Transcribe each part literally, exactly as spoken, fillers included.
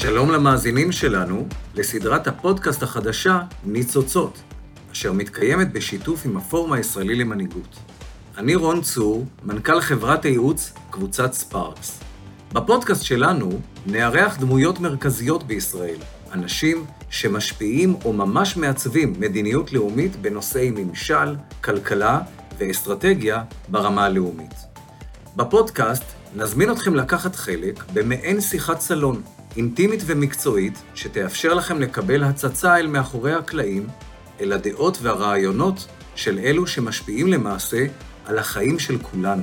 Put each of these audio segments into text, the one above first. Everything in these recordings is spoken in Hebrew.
שלום למאזינים שלנו לסדרת הפודקאסט החדשה ניצוצות, אשר מתקיימת בשיתוף עם הפורום הישראלי למנהיגות. אני רון צור, מנכ"ל חברת הייעוץ קבוצת ספארקס. בפודקאסט שלנו נארח דמויות מרכזיות בישראל, אנשים שמשפיעים או ממש מעצבים מדיניות לאומית בנושאי ממשל, כלכלה ואסטרטגיה ברמה הלאומית. בפודקאסט נזמין אתכם לקחת חלק במעין שיחת סלון, אינטימית ומקצועית, שתאפשר לכם לקבל הצצה אל מאחורי הקלעים, אל הדעות והרעיונות של אלו שמשפיעים למעשה על החיים של כולנו.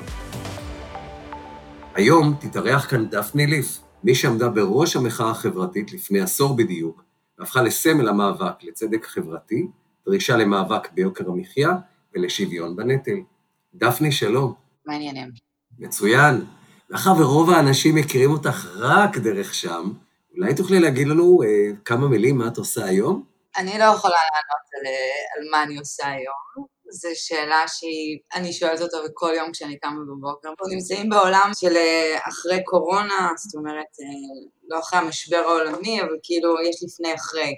היום תתארח כאן דפני ליף, מי שעמדה בראש המחאה החברתית לפני עשור בדיוק, והפכה לסמל המאבק לצדק חברתי, דרישה למאבק ביוקר המחיה ולשוויון בנטל. דפני, שלום. מה העניינים? מצוין. מאחר ורוב האנשים מכירים אותך רק דרך שם, אולי תוכלי להגיד לנו אה, כמה מילים מה את עושה היום? אני לא יכולה לענות על, על מה אני עושה היום. זו שאלה שאני שואלת אותו בכל יום כשאני קמה בבוקר. אנחנו נמצאים בעולם של אחרי קורונה, זאת אומרת, לא אחרי המשבר העולמי, אבל כאילו יש לפני אחרי.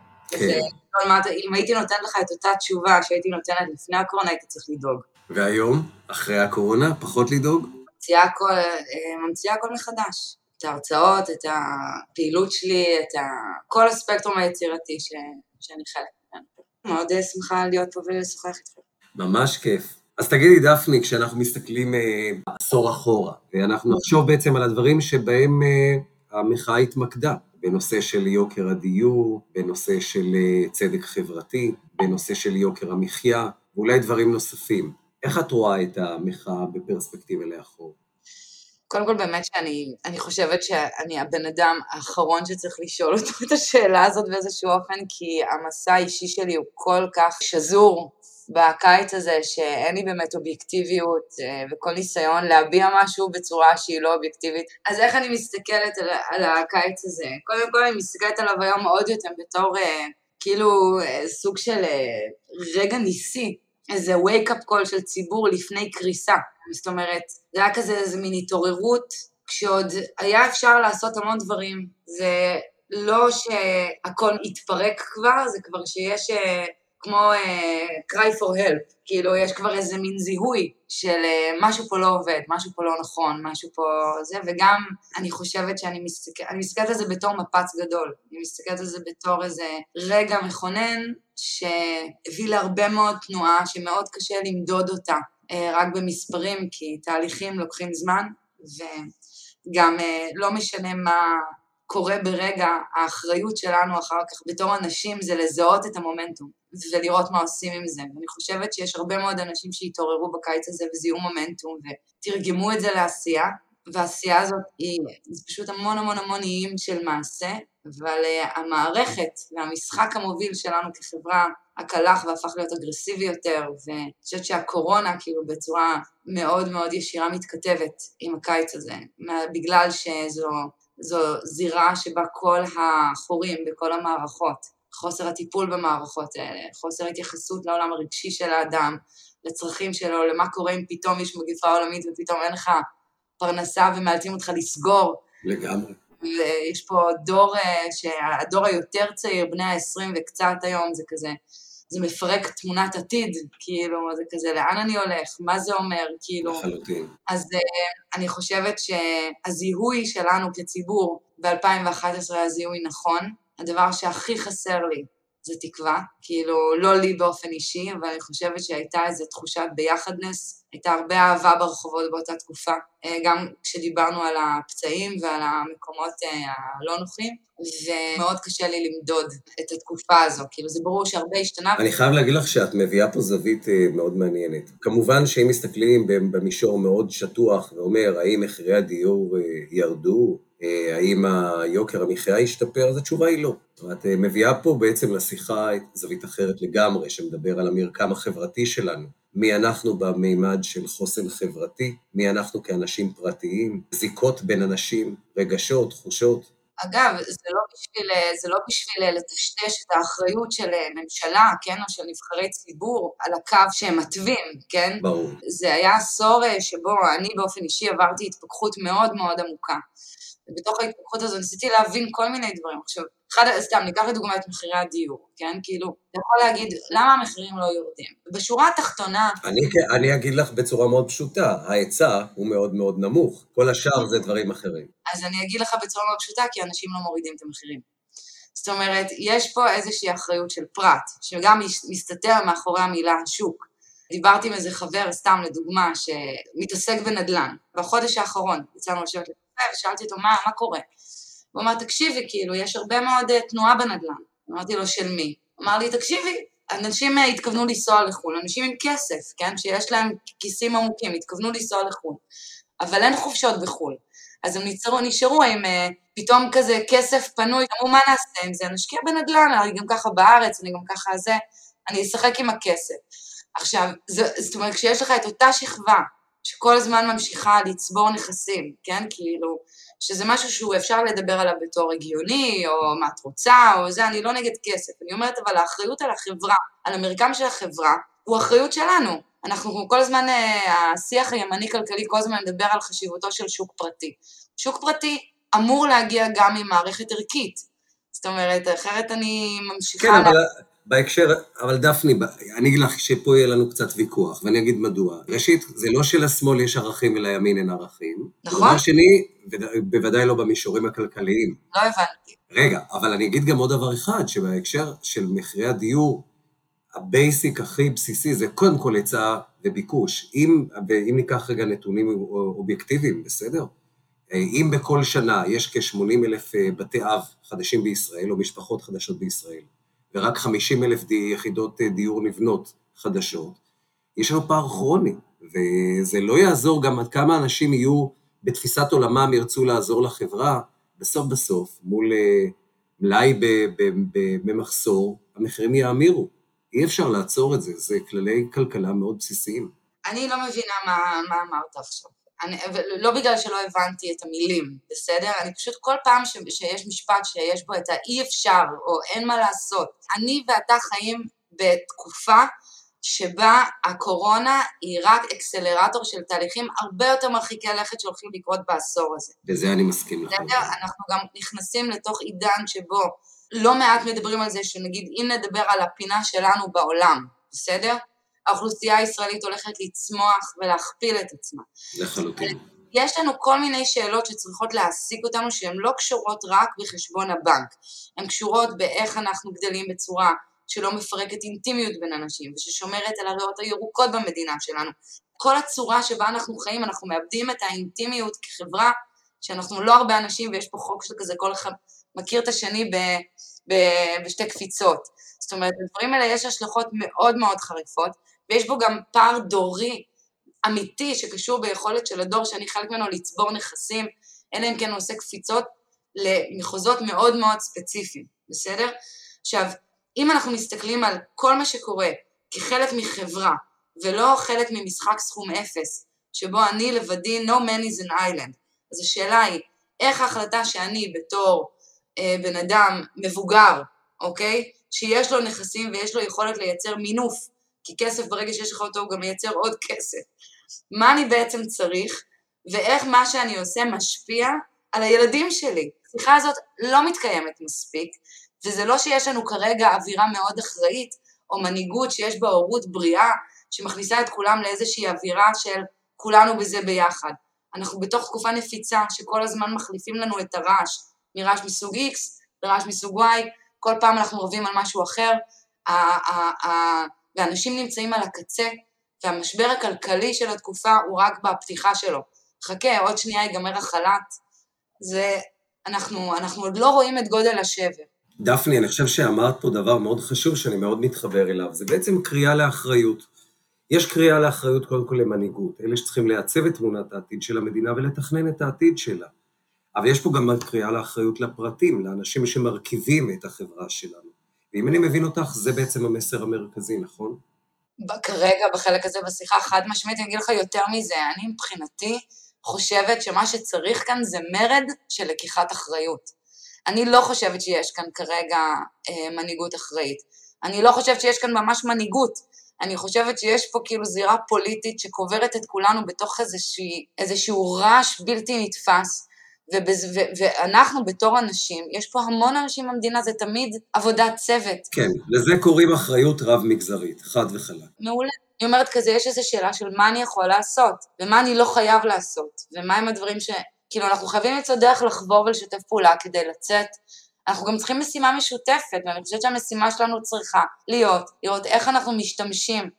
כן. אם הייתי נותנת לך את אותה תשובה שהייתי נותנת לפני הקורונה, הייתי צריך לדאוג. והיום, אחרי הקורונה, פחות לדאוג? ממציאה הכל, ממציאה הכל מחדש. את ההרצאות, את הפעילות שלי, את ה... כל הספקטרום היצירתי ש... שאני חלק ממנו. מאוד שמחה להיות פה ולשוחח איתכם. ממש כיף. אז תגידי, דפני, כשאנחנו מסתכלים אה, עשור אחורה, ואנחנו נחשוב בעצם על הדברים שבהם אה, המחאה התמקדה, בנושא של יוקר הדיור, בנושא של אה, צדק חברתי, בנושא של יוקר המחיה, ואולי דברים נוספים. איך את רואה את המחאה בפרספקטיבה לאחור? קודם כל באמת שאני אני חושבת שאני הבן אדם האחרון שצריך לשאול אותו את השאלה הזאת באיזשהו אופן, כי המסע האישי שלי הוא כל כך שזור בקיץ הזה, שאין לי באמת אובייקטיביות וכל ניסיון להביע משהו בצורה שהיא לא אובייקטיבית. אז איך אני מסתכלת על, על הקיץ הזה? קודם כל אני מסתכלת עליו היום עוד יותר בתור כאילו סוג של רגע ניסי, איזה wake up call של ציבור לפני קריסה. זאת אומרת, זה היה כזה איזה מין התעוררות, כשעוד היה אפשר לעשות המון דברים. זה לא שהכל התפרק כבר, זה כבר שיש כמו uh, cry for help, כאילו יש כבר איזה מין זיהוי של uh, משהו פה לא עובד, משהו פה לא נכון, משהו פה זה, וגם אני חושבת שאני מסתכל, אני מסתכלת על זה בתור מפץ גדול, אני מסתכלת על זה בתור איזה רגע מכונן, שהביא להרבה מאוד תנועה, שמאוד קשה למדוד אותה, uh, רק במספרים, כי תהליכים לוקחים זמן, וגם uh, לא משנה מה קורה ברגע, האחריות שלנו אחר כך בתור אנשים זה לזהות את המומנטום, ולראות מה עושים עם זה. ואני חושבת שיש הרבה מאוד אנשים שהתעוררו בקיץ הזה וזיהו מומנטום, ותרגמו את זה לעשייה, והעשייה הזאת היא זה פשוט המון המון המון איים של מעשה, אבל uh, המערכת והמשחק המוביל שלנו כחברה הקלח והפך להיות אגרסיבי יותר, ואני חושבת שהקורונה כאילו בצורה מאוד מאוד ישירה מתכתבת עם הקיץ הזה, בגלל שזו זו זירה שבה כל החורים בכל המערכות, חוסר הטיפול במערכות האלה, חוסר התייחסות לעולם הרגשי של האדם, לצרכים שלו, למה קורה אם פתאום יש מגיפה עולמית ופתאום אין לך פרנסה ומאלצים אותך לסגור. לגמרי. ויש פה דור, שהדור היותר צעיר, בני ה-עשרים וקצת היום, זה כזה, זה מפרק תמונת עתיד, כאילו, זה כזה, לאן אני הולך, מה זה אומר, כאילו. לחלוטין. אז uh, אני חושבת שהזיהוי שלנו כציבור ב-אלפיים ואחת עשרה הזיהוי נכון, הדבר שהכי חסר לי זה תקווה, כאילו, לא לי באופן אישי, אבל אני חושבת שהייתה איזו תחושת ביחדנס, הייתה הרבה אהבה ברחובות באותה תקופה, גם כשדיברנו על הפצעים ועל המקומות הלא נוחים, ומאוד קשה לי למדוד את התקופה הזו, כאילו זה ברור שהרבה השתנה. אני חייב להגיד לך שאת מביאה פה זווית מאוד מעניינת. כמובן שאם מסתכלים במישור מאוד שטוח ואומר, האם מחירי הדיור ירדו, האם היוקר המחיה ישתפר, אז התשובה היא לא. את מביאה פה בעצם לשיחה זווית אחרת לגמרי, שמדבר על המרקם החברתי שלנו. מי אנחנו במימד של חוסן חברתי, מי אנחנו כאנשים פרטיים, זיקות בין אנשים, רגשות, תחושות. אגב, זה לא בשביל, זה לא בשביל לטשטש את האחריות של ממשלה, כן, או של נבחרי ציבור, על הקו שהם מטווים, כן? ברור. זה היה עשור שבו אני באופן אישי עברתי התפכחות מאוד מאוד עמוקה. ובתוך ההתפכחות הזו ניסיתי להבין כל מיני דברים. עכשיו, אחד, סתם, ניקח לדוגמה את מחירי הדיור, כן? כאילו, אתה יכול להגיד, למה המחירים לא יורדים? בשורה התחתונה... אני, אני אגיד לך בצורה מאוד פשוטה, ההיצע הוא מאוד מאוד נמוך, כל השאר זה דברים אחרים. אז אני אגיד לך בצורה מאוד פשוטה, כי אנשים לא מורידים את המחירים. זאת אומרת, יש פה איזושהי אחריות של פרט, שגם מסתתר מאחורי המילה שוק. דיברתי עם איזה חבר, סתם לדוגמה, שמתעסק בנדל"ן. בחודש האחרון יצאנו לשבת לקפה, ושאלתי אותו, מה, מה קורה? הוא אמר, תקשיבי, כאילו, יש הרבה מאוד תנועה בנדל"ן. אמרתי לו, של מי? אמר לי, תקשיבי, אנשים התכוונו לנסוע לחו"ל, אנשים עם כסף, כן? שיש להם כיסים עמוקים, התכוונו לנסוע לחו"ל. אבל אין חופשות בחו"ל. אז הם נשארו, נשארו עם uh, פתאום כזה כסף פנוי, אמרו, מה נעשה עם זה? נשקיע בנדל"ן, אני גם ככה בארץ, אני גם ככה זה, אני אשחק עם הכסף. עכשיו, זה, זאת אומרת, כשיש לך את אותה שכבה, שכל הזמן ממשיכה לצבור נכסים, כן? כאילו, שזה משהו שהוא אפשר לדבר עליו בתור הגיוני, או מה את רוצה, או זה, אני לא נגד כסף. אני אומרת, אבל האחריות על החברה, על המרקם של החברה, הוא אחריות שלנו. אנחנו כל הזמן, השיח הימני-כלכלי כל הזמן מדבר על חשיבותו של שוק פרטי. שוק פרטי אמור להגיע גם עם מערכת ערכית. זאת אומרת, אחרת אני ממשיכה... כן, אבל בהקשר, אבל דפני, אני אגיד לך שפה יהיה לנו קצת ויכוח, ואני אגיד מדוע. ראשית, זה לא שלשמאל יש ערכים ולימין אין ערכים. נכון. דבר שני, בוודאי לא במישורים הכלכליים. לא הבנתי. רגע, אבל אני אגיד גם עוד דבר אחד, שבהקשר של מחירי הדיור, הבייסיק הכי בסיסי זה קודם כל היצע וביקוש. אם, ואם ניקח רגע נתונים אובייקטיביים, בסדר? אם בכל שנה יש כ-שמונים אלף בתי אב חדשים בישראל, או משפחות חדשות בישראל, ורק חמישים אלף יחידות דיור נבנות חדשות, יש לנו פער כרוני, וזה לא יעזור גם עד כמה אנשים יהיו בתפיסת עולמם, ירצו לעזור לחברה, בסוף בסוף, מול מלאי במחסור, המחירים יאמירו. אי אפשר לעצור את זה, זה כללי כלכלה מאוד בסיסיים. אני לא מבינה מה, מה אמרת עכשיו. אני, לא בגלל שלא הבנתי את המילים, בסדר? אני פשוט כל פעם ש, שיש משפט שיש בו את האי אפשר, או אין מה לעשות. אני ואתה חיים בתקופה שבה הקורונה היא רק אקסלרטור של תהליכים הרבה יותר מרחיקי לכת שהולכים לקרות בעשור הזה. בזה אני מסכים לך. בסדר? אנחנו גם נכנסים לתוך עידן שבו לא מעט מדברים על זה, שנגיד אם נדבר על הפינה שלנו בעולם, בסדר? האוכלוסייה הישראלית הולכת לצמוח ולהכפיל את עצמה. לחלוטין. יש לנו כל מיני שאלות שצריכות להעסיק אותנו, שהן לא קשורות רק בחשבון הבנק, הן קשורות באיך אנחנו גדלים בצורה שלא מפרקת אינטימיות בין אנשים, וששומרת על הריאות הירוקות במדינה שלנו. כל הצורה שבה אנחנו חיים, אנחנו מאבדים את האינטימיות כחברה, שאנחנו לא הרבה אנשים, ויש פה חוק של כזה, כל אחד מכיר את השני ב, ב, בשתי קפיצות. זאת אומרת, לדברים האלה יש השלכות מאוד מאוד חריפות, ויש בו גם פער דורי אמיתי שקשור ביכולת של הדור שאני חלק ממנו לצבור נכסים, אלא אם כן הוא עושה קפיצות למחוזות מאוד מאוד ספציפיים, בסדר? עכשיו, אם אנחנו מסתכלים על כל מה שקורה כחלק מחברה, ולא חלק ממשחק סכום אפס, שבו אני לבדי, no man is an island, אז השאלה היא, איך ההחלטה שאני בתור אה, בן אדם מבוגר, אוקיי? שיש לו נכסים ויש לו יכולת לייצר מינוף, כי כסף ברגע שיש לך אותו הוא גם מייצר עוד כסף. מה אני בעצם צריך, ואיך מה שאני עושה משפיע על הילדים שלי. השיחה הזאת לא מתקיימת מספיק, וזה לא שיש לנו כרגע אווירה מאוד אחראית, או מנהיגות שיש בה הורות בריאה, שמכניסה את כולם לאיזושהי אווירה של כולנו בזה ביחד. אנחנו בתוך תקופה נפיצה שכל הזמן מחליפים לנו את הרעש, מרעש מסוג X לרעש מסוג Y, כל פעם אנחנו רבים על משהו אחר, ואנשים נמצאים על הקצה, והמשבר הכלכלי של התקופה הוא רק בפתיחה שלו. חכה, עוד שנייה ייגמר החל"ת, זה, אנחנו, אנחנו עוד לא רואים את גודל השבר. דפני, אני חושב שאמרת פה דבר מאוד חשוב שאני מאוד מתחבר אליו, זה בעצם קריאה לאחריות. יש קריאה לאחריות קודם כל למנהיגות, אלה שצריכים לעצב את תמונת העתיד של המדינה ולתכנן את העתיד שלה. אבל יש פה גם קריאה לאחריות לפרטים, לאנשים שמרכיבים את החברה שלנו. ואם אני מבין אותך, זה בעצם המסר המרכזי, נכון? כרגע, בחלק הזה בשיחה חד משמעית, אני אגיד לך יותר מזה, אני מבחינתי חושבת שמה שצריך כאן זה מרד של לקיחת אחריות. אני לא חושבת שיש כאן כרגע אה, מנהיגות אחראית. אני לא חושבת שיש כאן ממש מנהיגות. אני חושבת שיש פה כאילו זירה פוליטית שקוברת את כולנו בתוך איזשהו, איזשהו רעש בלתי נתפס, ובז, ו, ואנחנו בתור אנשים, יש פה המון אנשים במדינה, זה תמיד עבודת צוות. כן, לזה קוראים אחריות רב מגזרית, חד וחלק. מעולה. אני אומרת כזה, יש איזו שאלה של מה אני יכול לעשות, ומה אני לא חייב לעשות, ומה הם הדברים ש... כאילו, אנחנו חייבים למצוא דרך לחבור ולשתף פעולה כדי לצאת. אנחנו גם צריכים משימה משותפת, ואני חושבת שהמשימה שלנו צריכה להיות, לראות איך אנחנו משתמשים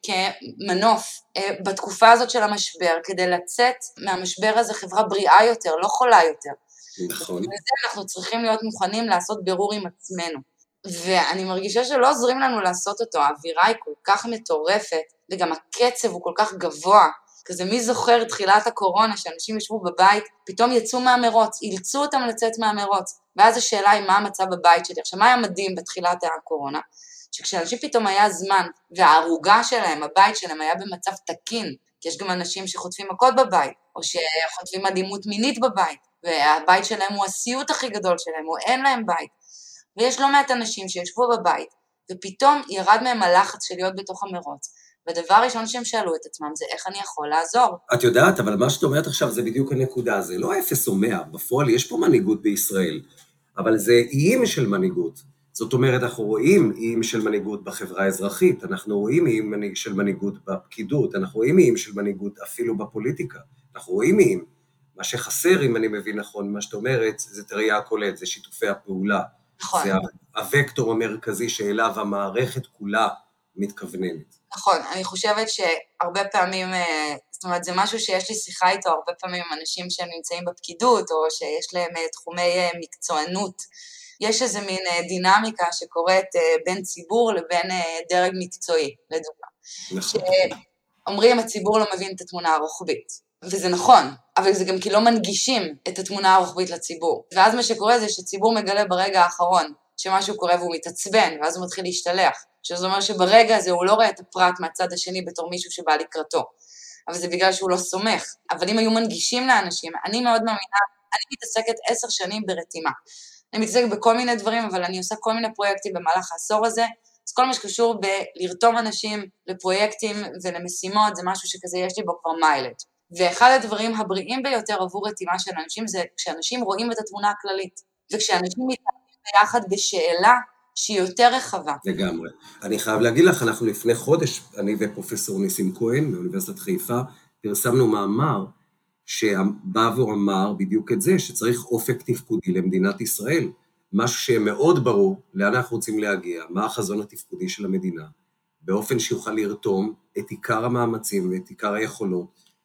כמנוף אה, בתקופה הזאת של המשבר, כדי לצאת מהמשבר הזה חברה בריאה יותר, לא חולה יותר. נכון. ולזה אנחנו צריכים להיות מוכנים לעשות בירור עם עצמנו. ואני מרגישה שלא עוזרים לנו לעשות אותו, האווירה היא כל כך מטורפת, וגם הקצב הוא כל כך גבוה, כזה מי זוכר תחילת הקורונה, שאנשים ישבו בבית, פתאום יצאו מהמרוץ, אילצו אותם לצאת מהמרוץ, ואז השאלה היא מה המצב בבית שלי. עכשיו, מה היה מדהים בתחילת הקורונה? שכשאנשים פתאום היה זמן, והערוגה שלהם, הבית שלהם היה במצב תקין, כי יש גם אנשים שחוטפים מכות בבית, או שחוטפים אלימות מינית בבית, והבית שלהם הוא הסיוט הכי גדול שלהם, או אין להם בית. ויש לא מעט אנשים שישבו בבית, ופתאום ירד מהם הלחץ של להיות בתוך המרוץ. והדבר הראשון שהם שאלו את עצמם זה איך אני יכול לעזור. את יודעת, אבל מה שאת אומרת עכשיו זה בדיוק הנקודה, זה לא אפס או מאה, בפועל יש פה מנהיגות בישראל, אבל זה איים של מנהיגות. זאת אומרת, אנחנו רואים איים של מנהיגות בחברה האזרחית, אנחנו רואים איים של מנהיגות בפקידות, אנחנו רואים איים של מנהיגות אפילו בפוליטיקה, אנחנו רואים איים. מה שחסר, אם אני מבין נכון, מה שאת אומרת, זה תראייה הכוללת, זה שיתופי הפעולה. נכון. זה הוקטור המרכזי שאליו המערכת כולה מתכווננת. נכון, אני חושבת שהרבה פעמים, זאת אומרת, זה משהו שיש לי שיחה איתו הרבה פעמים עם אנשים שהם נמצאים בפקידות, או שיש להם תחומי מקצוענות. יש איזה מין דינמיקה שקורית בין ציבור לבין דרג מקצועי, לדוגמה. נכון. שאומרים, הציבור לא מבין את התמונה הרוחבית. וזה נכון, אבל זה גם כי לא מנגישים את התמונה הרוחבית לציבור. ואז מה שקורה זה שציבור מגלה ברגע האחרון שמשהו קורה והוא מתעצבן, ואז הוא מתחיל להשתלח. שזה אומר שברגע הזה הוא לא רואה את הפרט מהצד השני בתור מישהו שבא לקראתו. אבל זה בגלל שהוא לא סומך. אבל אם היו מנגישים לאנשים, אני מאוד מאמינה, אני מתעסקת עשר שנים ברתימה. אני מתעסקת בכל מיני דברים, אבל אני עושה כל מיני פרויקטים במהלך העשור הזה, אז כל מה שקשור בלרתום אנשים לפרויקטים ולמשימות, זה משהו שכזה יש לי בו כבר מיילג'. ואחד הדברים הבריאים ביותר עבור רתימה של אנשים, זה כשאנשים רואים את התמונה הכללית, וכשאנשים מתעסקים ביחד בשאלה, שהיא יותר רחבה. לגמרי. אני חייב להגיד לך, אנחנו לפני חודש, אני ופרופסור ניסים כהן, מאוניברסיטת חיפה, פרסמנו מאמר, שבא ואמר בדיוק את זה, שצריך אופק תפקודי למדינת ישראל, משהו שמאוד ברור, לאן אנחנו רוצים להגיע, מה החזון התפקודי של המדינה, באופן שיוכל לרתום את עיקר המאמצים ואת עיקר היכולות,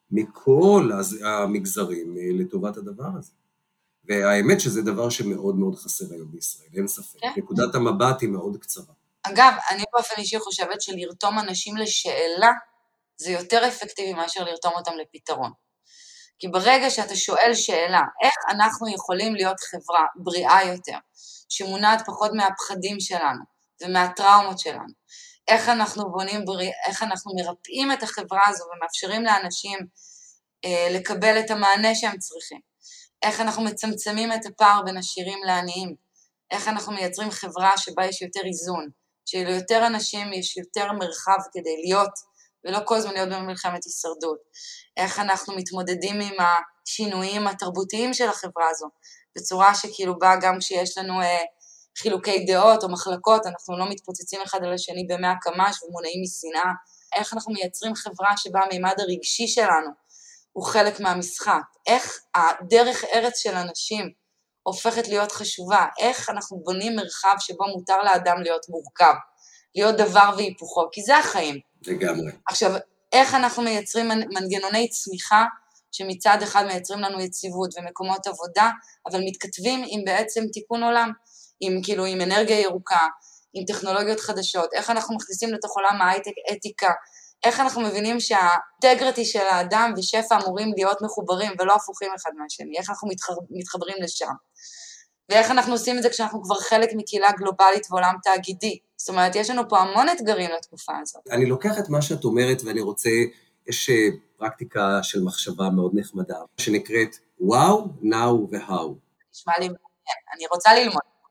מכל המגזרים לטובת הדבר הזה. והאמת שזה דבר שמאוד מאוד חסר היום בישראל, אין ספק. כן. נקודת המבט היא מאוד קצרה. אגב, אני באופן אישי חושבת שלרתום אנשים לשאלה, זה יותר אפקטיבי מאשר לרתום אותם לפתרון. כי ברגע שאתה שואל שאלה, איך אנחנו יכולים להיות חברה בריאה יותר, שמונעת פחות מהפחדים שלנו ומהטראומות שלנו, איך אנחנו בונים בריא, איך אנחנו מרפאים את החברה הזו ומאפשרים לאנשים אה, לקבל את המענה שהם צריכים. איך אנחנו מצמצמים את הפער בין עשירים לעניים, איך אנחנו מייצרים חברה שבה יש יותר איזון, שליותר אנשים יש יותר מרחב כדי להיות, ולא כל הזמן להיות במלחמת הישרדות. איך אנחנו מתמודדים עם השינויים התרבותיים של החברה הזו, בצורה שכאילו באה גם כשיש לנו אה, חילוקי דעות או מחלקות, אנחנו לא מתפוצצים אחד על השני במאה קמ"ש ומונעים משנאה. איך אנחנו מייצרים חברה שבה המימד הרגשי שלנו, הוא חלק מהמשחק, איך הדרך ארץ של אנשים הופכת להיות חשובה, איך אנחנו בונים מרחב שבו מותר לאדם להיות מורכב, להיות דבר והיפוכו, כי זה החיים. לגמרי. עכשיו, איך אנחנו מייצרים מנגנוני צמיחה, שמצד אחד מייצרים לנו יציבות ומקומות עבודה, אבל מתכתבים עם בעצם תיקון עולם, עם כאילו עם אנרגיה ירוקה, עם טכנולוגיות חדשות, איך אנחנו מכניסים לתוך עולם ההייטק אתיקה, איך אנחנו מבינים שהאינטגריטי של האדם ושפע אמורים להיות מחוברים ולא הפוכים אחד מהשני, איך אנחנו מתחבר, מתחברים לשם. ואיך אנחנו עושים את זה כשאנחנו כבר חלק מקהילה גלובלית ועולם תאגידי. זאת אומרת, יש לנו פה המון אתגרים לתקופה הזאת. אני לוקח את מה שאת אומרת ואני רוצה, יש פרקטיקה של מחשבה מאוד נחמדה, שנקראת Wow, Now ו-How. נשמע לי, כן, אני רוצה ללמוד.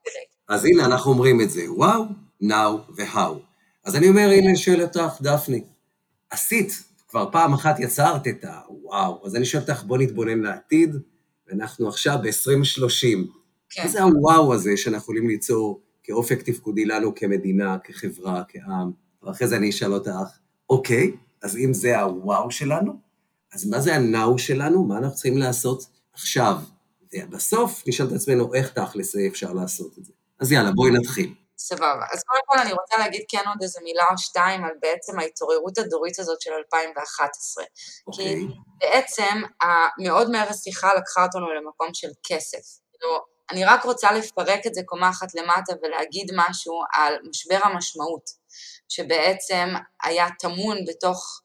אז הנה, אנחנו אומרים את זה, וואו, נאו והאו. אז אני אומר, הנה, שואל אותך, דפני, עשית, כבר פעם אחת יצרת את הוואו, אז אני שואל אותך, בוא נתבונן לעתיד, ואנחנו עכשיו ב-עשרים שלושים. כן. איזה הוואו הזה שאנחנו יכולים ליצור כאופק תפקודי לנו כמדינה, כחברה, כעם, ואחרי זה אני אשאל אותך, אוקיי, אז אם זה הוואו שלנו, אז מה זה הנאו שלנו? מה אנחנו צריכים לעשות עכשיו? ובסוף נשאל את עצמנו איך תכלס אפשר לעשות את זה. אז יאללה, בואי נתחיל. סבבה. אז קודם כל אני רוצה להגיד כן עוד איזה מילה או שתיים על בעצם ההתעוררות הדורית הזאת של אלפיים ואחת עשרה. אוקיי. כי בעצם מאוד מהר השיחה לקחה אותנו למקום של כסף. אני רק רוצה לפרק את זה קומה אחת למטה ולהגיד משהו על משבר המשמעות, שבעצם היה תמון בתוך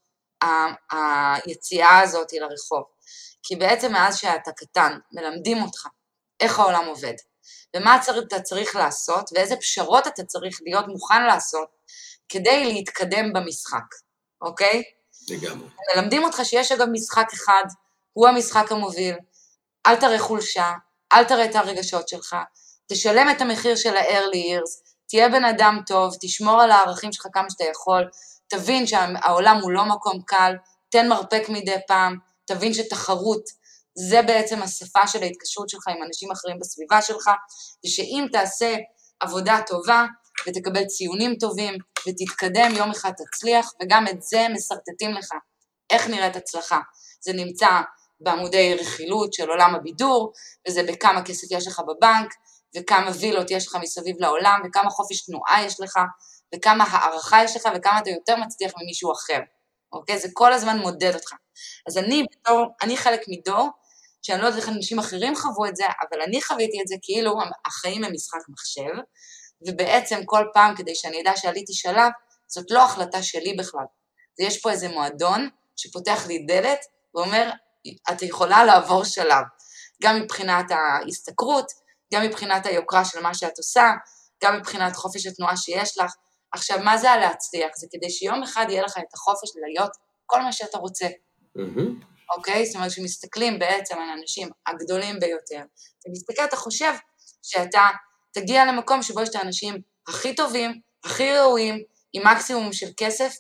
היציאה הזאת לרחוב. כי בעצם מאז שאתה קטן, מלמדים אותך איך העולם עובד, ומה אתה צריך לעשות, ואיזה פשרות אתה צריך להיות מוכן לעשות, כדי להתקדם במשחק, אוקיי? לגמרי. מלמדים אותך שיש אגב משחק אחד, הוא המשחק המוביל, אל תראה חולשה, אל תראה את הרגשות שלך, תשלם את המחיר של ה-early years, תהיה בן אדם טוב, תשמור על הערכים שלך כמה שאתה יכול, תבין שהעולם הוא לא מקום קל, תן מרפק מדי פעם, תבין שתחרות זה בעצם השפה של ההתקשרות שלך עם אנשים אחרים בסביבה שלך, ושאם תעשה עבודה טובה ותקבל ציונים טובים ותתקדם, יום אחד תצליח, וגם את זה מסרטטים לך. איך נראית הצלחה? זה נמצא בעמודי רכילות של עולם הבידור, וזה בכמה כסף יש לך בבנק, וכמה וילות יש לך מסביב לעולם, וכמה חופש תנועה יש לך, וכמה הערכה יש לך, וכמה אתה יותר מצליח ממישהו אחר. אוקיי? זה כל הזמן מודד אותך. אז אני בתור, אני חלק מדור, שאני לא יודעת איך אנשים אחרים חוו את זה, אבל אני חוויתי את זה כאילו החיים הם משחק מחשב, ובעצם כל פעם כדי שאני אדע שעליתי שלב, זאת לא החלטה שלי בכלל. יש פה איזה מועדון שפותח לי דלת, ואומר, את יכולה לעבור שלב, גם מבחינת ההסתכרות, גם מבחינת היוקרה של מה שאת עושה, גם מבחינת חופש התנועה שיש לך. עכשיו, מה זה להצליח? זה כדי שיום אחד יהיה לך את החופש להיות כל מה שאתה רוצה. Mm-hmm. אוקיי? זאת אומרת, שמסתכלים בעצם על האנשים הגדולים ביותר, אתה מסתכל, אתה חושב שאתה תגיע למקום שבו יש את האנשים הכי טובים, הכי ראויים, עם מקסימום של כסף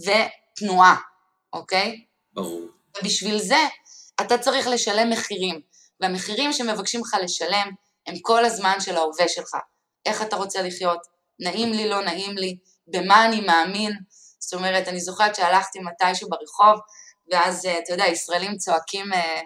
ותנועה, אוקיי? ברור. ובשביל זה אתה צריך לשלם מחירים, והמחירים שמבקשים לך לשלם הם כל הזמן של ההווה שלך. איך אתה רוצה לחיות? נעים לי, לא נעים לי, במה אני מאמין? זאת אומרת, אני זוכרת שהלכתי מתישהו ברחוב, ואז, אתה יודע, ישראלים צועקים uh,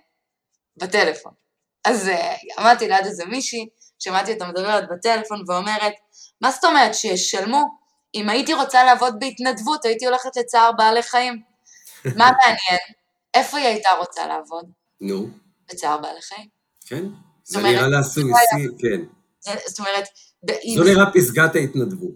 בטלפון. אז uh, עמדתי ליד איזה מישהי, שמעתי אותה מדברת בטלפון ואומרת, מה זאת אומרת שישלמו? אם הייתי רוצה לעבוד בהתנדבות, הייתי הולכת לצער בעלי חיים. מה מעניין? איפה היא הייתה רוצה לעבוד? נו. בצער בעלי חיים. כן. זה נראה לעשוי, כן. זאת אומרת... זו נראה פסגת ההתנדבות.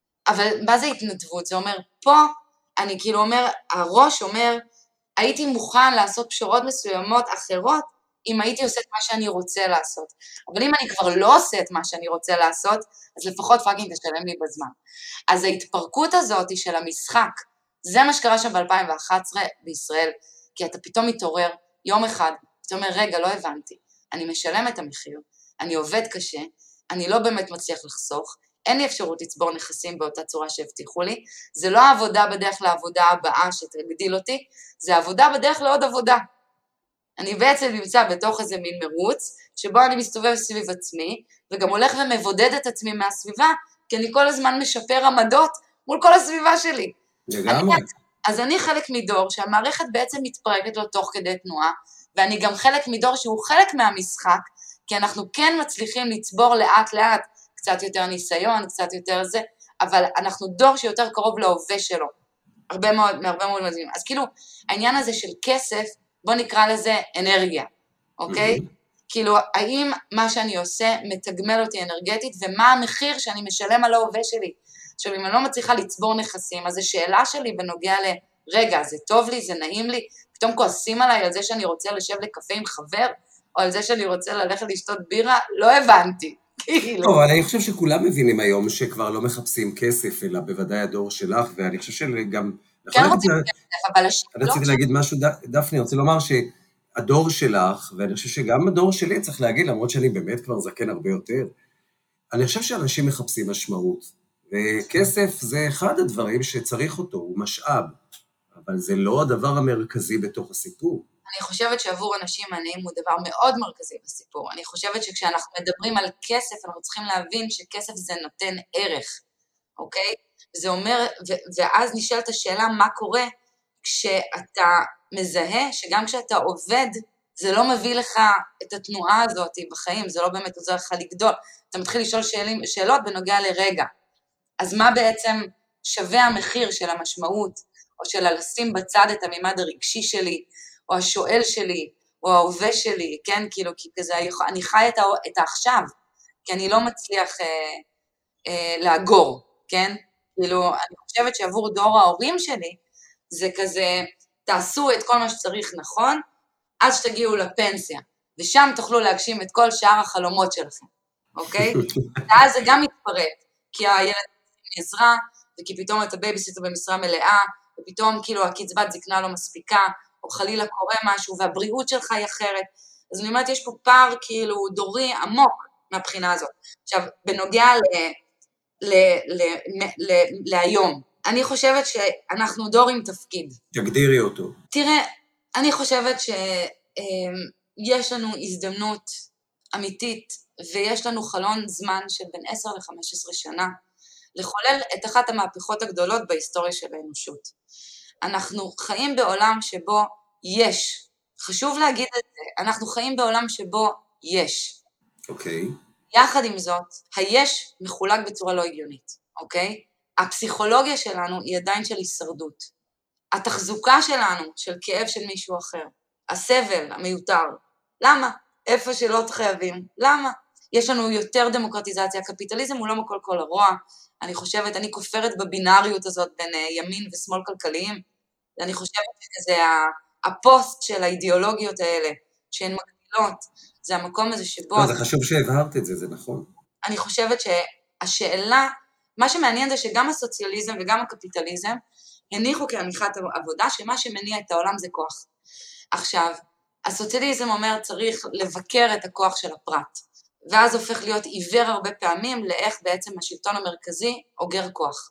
אבל מה זה התנדבות? זה אומר, פה אני כאילו אומר, הראש אומר, הייתי מוכן לעשות פשרות מסוימות אחרות, אם הייתי עושה את מה שאני רוצה לעשות. אבל אם אני כבר לא עושה את מה שאני רוצה לעשות, אז לפחות פאקינג תשלם לי בזמן. אז ההתפרקות הזאת של המשחק, זה מה שקרה שם ב-אלפיים ואחת עשרה בישראל, כי אתה פתאום מתעורר יום אחד, אתה אומר, רגע, לא הבנתי, אני משלם את המחיר, אני עובד קשה, אני לא באמת מצליח לחסוך, אין לי אפשרות לצבור נכסים באותה צורה שהבטיחו לי, זה לא העבודה בדרך לעבודה הבאה שתגדיל אותי, זה העבודה בדרך לעוד עבודה. אני בעצם נמצא בתוך איזה מין מרוץ, שבו אני מסתובב סביב עצמי, וגם הולך ומבודד את עצמי מהסביבה, כי אני כל הזמן משפר עמדות מול כל הסביבה שלי. לגמרי. אז אני חלק מדור שהמערכת בעצם מתפרקת לו תוך כדי תנועה, ואני גם חלק מדור שהוא חלק מהמשחק, כי אנחנו כן מצליחים לצבור לאט לאט, קצת יותר ניסיון, קצת יותר זה, אבל אנחנו דור שיותר קרוב להווה שלו, הרבה מאוד, מהרבה מאוד מדהים. אז כאילו, העניין הזה של כסף, בוא נקרא לזה אנרגיה, אוקיי? Mm-hmm. כאילו, האם מה שאני עושה מתגמל אותי אנרגטית, ומה המחיר שאני משלם על ההווה שלי? עכשיו, אם אני לא מצליחה לצבור נכסים, אז השאלה שלי בנוגע ל, רגע, זה טוב לי, זה נעים לי, פתאום כועסים עליי על זה שאני רוצה לשב לקפה עם חבר, או על זה שאני רוצה ללכת לשתות בירה, לא הבנתי. טוב, אבל אני חושב שכולם מבינים היום שכבר לא מחפשים כסף, אלא בוודאי הדור שלך, ואני חושב שגם... כן רוצים כסף, אבל... אני רציתי להגיד משהו, דפני, אני רוצה לומר שהדור שלך, ואני חושב שגם הדור שלי צריך להגיד, למרות שאני באמת כבר זקן הרבה יותר, אני חושב שאנשים מחפשים משמעות, וכסף זה אחד הדברים שצריך אותו, הוא משאב, אבל זה לא הדבר המרכזי בתוך הסיפור. אני חושבת שעבור אנשים עניים הוא דבר מאוד מרכזי בסיפור. אני חושבת שכשאנחנו מדברים על כסף, אנחנו צריכים להבין שכסף זה נותן ערך, אוקיי? זה אומר, ו- ואז נשאלת השאלה מה קורה כשאתה מזהה שגם כשאתה עובד, זה לא מביא לך את התנועה הזאת בחיים, זה לא באמת עוזר לך לגדול. אתה מתחיל לשאול שאלים, שאלות בנוגע לרגע. אז מה בעצם שווה המחיר של המשמעות, או של לשים בצד את המימד הרגשי שלי, או השואל שלי, או ההווה שלי, כן? כאילו, כי כזה, אני חי את, הא- את העכשיו, כי אני לא מצליח אה, אה, לאגור, כן? כאילו, אני חושבת שעבור דור ההורים שלי, זה כזה, תעשו את כל מה שצריך נכון, עד שתגיעו לפנסיה, ושם תוכלו להגשים את כל שאר החלומות שלכם, אוקיי? ואז זה גם מתפרט, כי הילד עזרה, וכי פתאום אתה בייביסיטר במשרה מלאה, ופתאום כאילו הקצבת זקנה לא מספיקה, או חלילה קורה משהו, והבריאות שלך היא אחרת. אז אני אומרת, יש פה פער כאילו דורי עמוק מהבחינה הזאת. עכשיו, בנוגע ל, ל, ל, ל, ל, להיום, אני חושבת שאנחנו דור עם תפקיד. תגדירי אותו. תראה, אני חושבת שיש לנו הזדמנות אמיתית, ויש לנו חלון זמן של בין עשר ל-חמש עשרה שנה, לחולל את אחת המהפכות הגדולות בהיסטוריה של האנושות. אנחנו חיים בעולם שבו יש, חשוב להגיד את זה, אנחנו חיים בעולם שבו יש. אוקיי. יחד עם זאת, היש מחולק בצורה לא הגיונית, אוקיי? הפסיכולוגיה שלנו היא עדיין של הישרדות. התחזוקה שלנו, של כאב של מישהו אחר, הסבל המיותר, למה? איפה שלא חייבים, למה? יש לנו יותר דמוקרטיזציה, הקפיטליזם הוא לא מכל כל הרוע, אני חושבת, אני כופרת בבינאריות הזאת בין ימין ושמאל כלכליים, ואני חושבת שזה הפוסט של האידיאולוגיות האלה, שהן מגדילות, זה המקום הזה שבו... לא, זה חשוב שהבהרת את זה, זה נכון. אני חושבת שהשאלה, מה שמעניין זה שגם הסוציאליזם וגם הקפיטליזם, הניחו כהנחת עבודה שמה שמניע את העולם זה כוח. עכשיו, הסוציאליזם אומר צריך לבקר את הכוח של הפרט, ואז הופך להיות עיוור הרבה פעמים לאיך בעצם השלטון המרכזי אוגר כוח.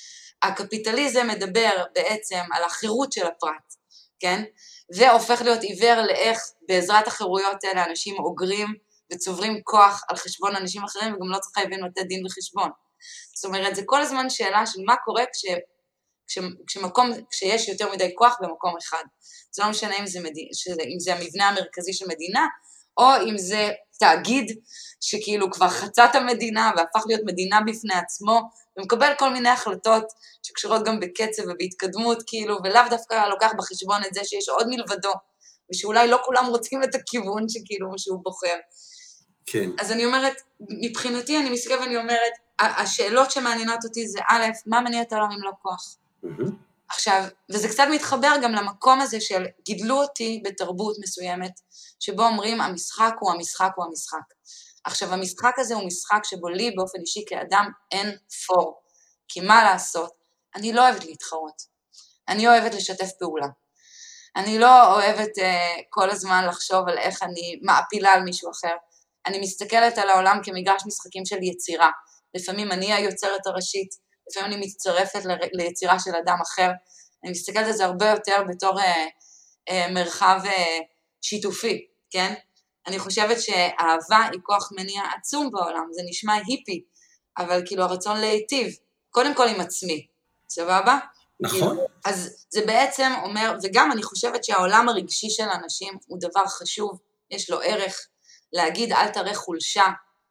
הקפיטליזם מדבר בעצם על החירות של הפרט, כן? והופך להיות עיוור לאיך בעזרת החירויות האלה אנשים אוגרים וצוברים כוח על חשבון אנשים אחרים וגם לא חייבים לתת דין וחשבון. זאת אומרת, זה כל הזמן שאלה של מה קורה כש... כש, כשמקום, כשיש יותר מדי כוח במקום אחד. זה לא משנה אם זה, מדי, שזה, אם זה המבנה המרכזי של מדינה, או אם זה תאגיד שכאילו כבר חצה את המדינה והפך להיות מדינה בפני עצמו, ומקבל כל מיני החלטות שקשורות גם בקצב ובהתקדמות, כאילו, ולאו דווקא לוקח בחשבון את זה שיש עוד מלבדו, ושאולי לא כולם רוצים את הכיוון שכאילו שהוא בוחר. כן. אז אני אומרת, מבחינתי אני מסתכלת ואני אומרת, השאלות שמעניינות אותי זה א', מה מניע את העולם אם לא כוח? Mm-hmm. עכשיו, וזה קצת מתחבר גם למקום הזה של גידלו אותי בתרבות מסוימת, שבו אומרים המשחק הוא המשחק הוא המשחק. עכשיו, המשחק הזה הוא משחק שבו לי באופן אישי כאדם אין פור. כי מה לעשות? אני לא אוהבת להתחרות. אני אוהבת לשתף פעולה. אני לא אוהבת uh, כל הזמן לחשוב על איך אני מעפילה על מישהו אחר. אני מסתכלת על העולם כמגרש משחקים של יצירה. לפעמים אני היוצרת הראשית, לפעמים אני מצטרפת ל- ליצירה של אדם אחר. אני מסתכלת על זה הרבה יותר בתור uh, uh, מרחב uh, שיתופי, כן? אני חושבת שאהבה היא כוח מניע עצום בעולם, זה נשמע היפי, אבל כאילו הרצון להיטיב, קודם כל עם עצמי, סבבה? נכון. אז זה בעצם אומר, וגם אני חושבת שהעולם הרגשי של האנשים הוא דבר חשוב, יש לו ערך, להגיד אל תראה חולשה,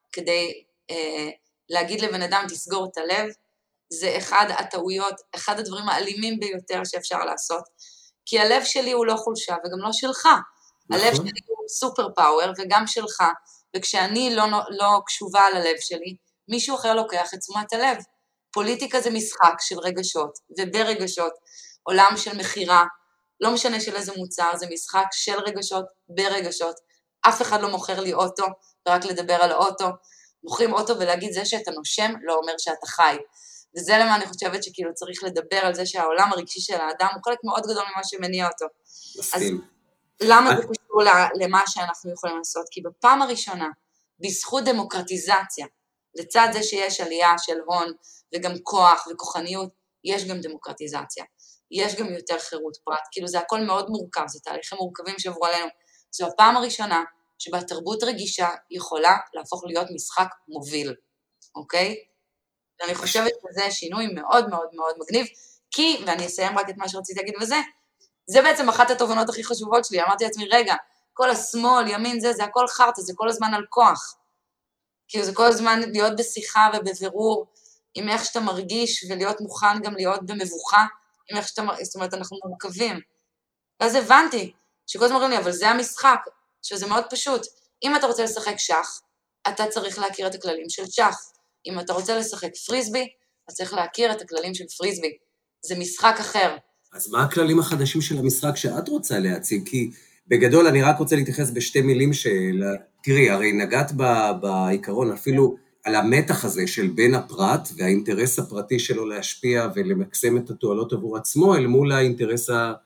כדי אה, להגיד לבן אדם תסגור את הלב, זה אחד הטעויות, אחד הדברים האלימים ביותר שאפשר לעשות, כי הלב שלי הוא לא חולשה וגם לא שלך, נכון. הלב שלי הוא סופר פאוור וגם שלך, וכשאני לא, לא קשובה על הלב שלי, מישהו אחר לוקח את תשומת הלב. פוליטיקה זה משחק של רגשות, וברגשות, עולם של מחירה, לא משנה של איזה מוצר, זה משחק של רגשות, ברגשות, אף אחד לא מוכר לי אוטו, ורק לדבר על האוטו, מוכרים אוטו ולהגיד זה שאתה נושם, לא אומר שאתה חי. וזה למה אני חושבת שכאילו צריך לדבר על זה שהעולם הרגשי של האדם הוא חלק מאוד גדול ממה שמניע אותו. מסכים. אז למה זה קשור למה שאנחנו יכולים לעשות? כי בפעם הראשונה, בזכות דמוקרטיזציה לצד זה שיש עלייה של הון וגם כוח וכוחניות, יש גם דמוקרטיזציה, יש גם יותר חירות פרט, כאילו זה הכל מאוד מורכב, זה תהליכים מורכבים שעברו עלינו. זו הפעם הראשונה שבה תרבות רגישה יכולה להפוך להיות משחק מוביל, אוקיי? ואני חושבת שזה שינוי מאוד מאוד מאוד מגניב, כי, ואני אסיים רק את מה שרציתי להגיד וזה, זה בעצם אחת התובנות הכי חשובות שלי, אמרתי לעצמי, רגע, כל השמאל, ימין זה, זה הכל חרטה, זה כל הזמן על כוח. כאילו זה כל הזמן להיות בשיחה ובבירור, עם איך שאתה מרגיש, ולהיות מוכן גם להיות במבוכה, עם איך שאתה, זאת אומרת, אנחנו מורכבים. ואז הבנתי, שכל הזמן אומרים לי, אבל זה המשחק, שזה מאוד פשוט. אם אתה רוצה לשחק שח, אתה צריך להכיר את הכללים של שח. אם אתה רוצה לשחק פריסבי, אתה צריך להכיר את הכללים של פריסבי. זה משחק אחר. אז מה הכללים החדשים של המשחק שאת רוצה להציג? כי בגדול אני רק רוצה להתייחס בשתי מילים של... תראי, הרי נגעת בעיקרון אפילו על המתח הזה של בין הפרט והאינטרס הפרטי שלו להשפיע ולמקסם את התועלות עבור עצמו, אל מול האינטרס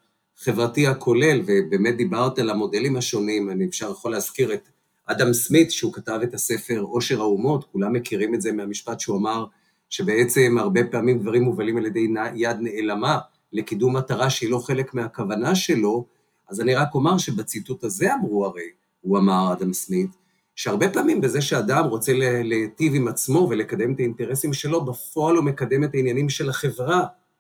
החברתי הכולל, ובאמת דיברת על המודלים השונים, אני אפשר יכול להזכיר את אדם סמית, שהוא כתב את הספר עושר האומות, כולם מכירים את זה מהמשפט שהוא אמר, שבעצם הרבה פעמים דברים מובלים על ידי יד נעלמה, לקידום מטרה שהיא לא חלק מהכוונה שלו, אז אני רק אומר שבציטוט הזה אמרו הרי, הוא אמר אדם סמית, שהרבה פעמים בזה שאדם רוצה להיטיב עם עצמו ולקדם את האינטרסים שלו, בפועל הוא מקדם את העניינים של החברה,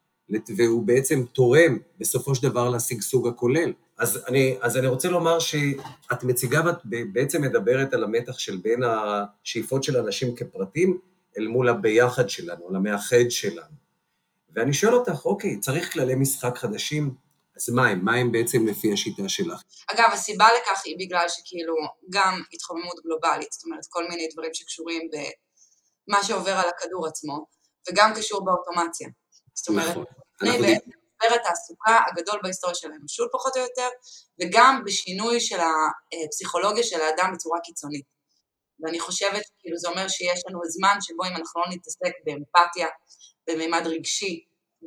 והוא בעצם תורם בסופו של דבר לשגשוג הכולל. אז אני, אז אני רוצה לומר שאת מציגה ואת בעצם מדברת על המתח של בין השאיפות של אנשים כפרטים, אל מול הביחד שלנו, על המאחד שלנו. ואני שואל אותך, אוקיי, צריך כללי משחק חדשים, אז מה הם? מה הם בעצם לפי השיטה שלך? אגב, הסיבה לכך היא בגלל שכאילו גם התחממות גלובלית, זאת אומרת, כל מיני דברים שקשורים במה שעובר על הכדור עצמו, וגם קשור באוטומציה. זאת אומרת, אני בעצם משבר התעסוקה הגדול בהיסטוריה של האנושות פחות או יותר, וגם בשינוי של הפסיכולוגיה של האדם בצורה קיצונית. ואני חושבת, כאילו זה אומר שיש לנו זמן שבו אם אנחנו לא נתעסק באמפתיה, במימד רגשי,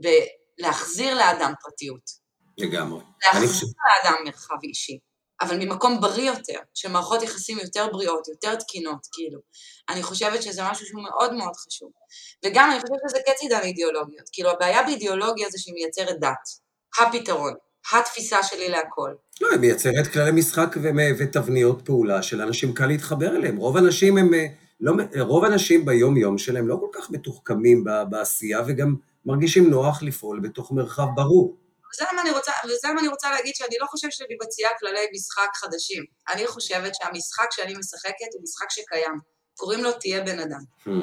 ולהחזיר לאדם פרטיות. לגמרי. להחזיר לאדם מרחב אישי, אבל ממקום בריא יותר, שמערכות יחסים יותר בריאות, יותר תקינות, כאילו. אני חושבת שזה משהו שהוא מאוד מאוד חשוב. וגם אני חושבת שזה קץ עידן אידיאולוגיות. כאילו הבעיה באידיאולוגיה זה שהיא מייצרת דת. הפתרון, התפיסה שלי להכל. לא, היא מייצרת כללי משחק ותבניות פעולה של אנשים קל להתחבר אליהם. רוב אנשים הם, לא, רוב אנשים ביום יום שלהם לא כל כך מתוחכמים בעשייה, וגם מרגישים נוח לפעול בתוך מרחב ברור. וזה למה אני רוצה, וזה למה אני רוצה להגיד שאני לא חושבת שאני מציעה כללי משחק חדשים. אני חושבת שהמשחק שאני משחקת הוא משחק שקיים. קוראים לו תהיה בן אדם.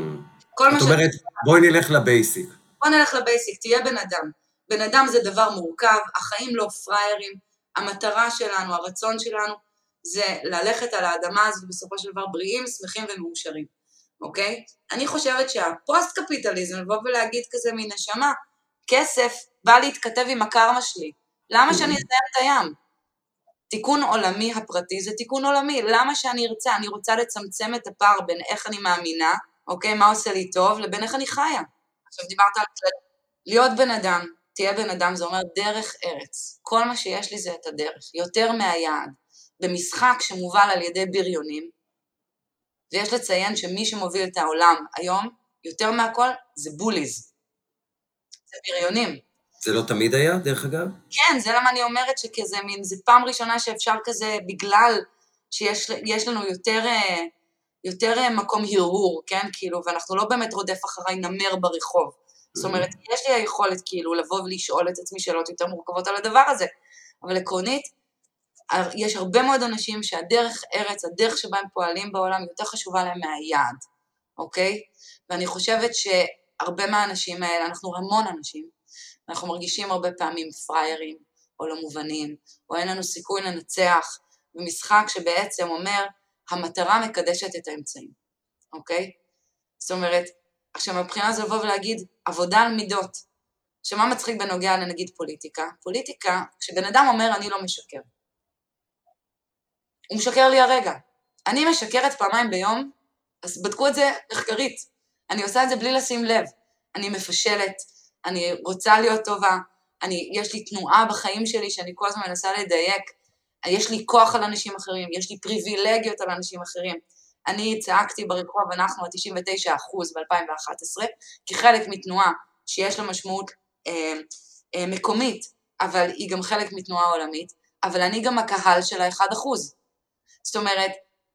את אומרת, בואי נלך לבייסיק. בואי נלך לבייסיק, תהיה בן אדם. בן אדם זה דבר מורכב, החיים לא פריירים, המטרה שלנו, הרצון שלנו, זה ללכת על האדמה הזו בסופו של דבר בריאים, שמחים ומאושרים. אוקיי? אני חושבת שהפוסט-קפיטליזם, לבוא ולהגיד כזה מן נשמה, כסף בא להתכתב עם הקרמה שלי. למה שאני אזיין את הים? תיקון עולמי הפרטי זה תיקון עולמי. למה שאני ארצה? אני רוצה לצמצם את הפער בין איך אני מאמינה, אוקיי, מה עושה לי טוב, לבין איך אני חיה. עכשיו דיברת על להיות בן אדם, תהיה בן אדם, זה אומר דרך ארץ. כל מה שיש לי זה את הדרך, יותר מהיעד. במשחק שמובל על ידי בריונים, ויש לציין שמי שמוביל את העולם היום, יותר מהכל, זה בוליז. זה בריונים. זה לא תמיד היה, דרך אגב? כן, זה למה אני אומרת שכזה מין, זה פעם ראשונה שאפשר כזה, בגלל שיש יש לנו יותר, יותר מקום הרהור, כן, כאילו, ואנחנו לא באמת רודף אחריי נמר ברחוב. זאת אומרת, יש לי היכולת כאילו לבוא ולשאול את עצמי שאלות יותר מורכבות על הדבר הזה, אבל עקרונית, יש הרבה מאוד אנשים שהדרך ארץ, הדרך שבה הם פועלים בעולם, יותר חשובה להם מהיעד, אוקיי? ואני חושבת שהרבה מהאנשים האלה, אנחנו המון אנשים, אנחנו מרגישים הרבה פעמים פריירים, או לא מובנים, או אין לנו סיכוי לנצח, במשחק שבעצם אומר, המטרה מקדשת את האמצעים, אוקיי? זאת אומרת, עכשיו מבחינה זה לבוא ולהגיד, עבודה על מידות, שמה מצחיק בנוגע לנגיד פוליטיקה? פוליטיקה, כשבן אדם אומר, אני לא משקר. הוא משקר לי הרגע. אני משקרת פעמיים ביום, אז בדקו את זה מחקרית. אני עושה את זה בלי לשים לב. אני מפשלת, אני רוצה להיות טובה, אני, יש לי תנועה בחיים שלי שאני כל הזמן מנסה לדייק, יש לי כוח על אנשים אחרים, יש לי פריבילגיות על אנשים אחרים. אני צעקתי ברחוב, אנחנו ה-תשעים ותשעה אחוז ב-אלפיים ואחת עשרה, כחלק מתנועה שיש לה משמעות אה, אה, מקומית, אבל היא גם חלק מתנועה עולמית, אבל אני גם הקהל של ה-אחד אחוז. זאת אומרת,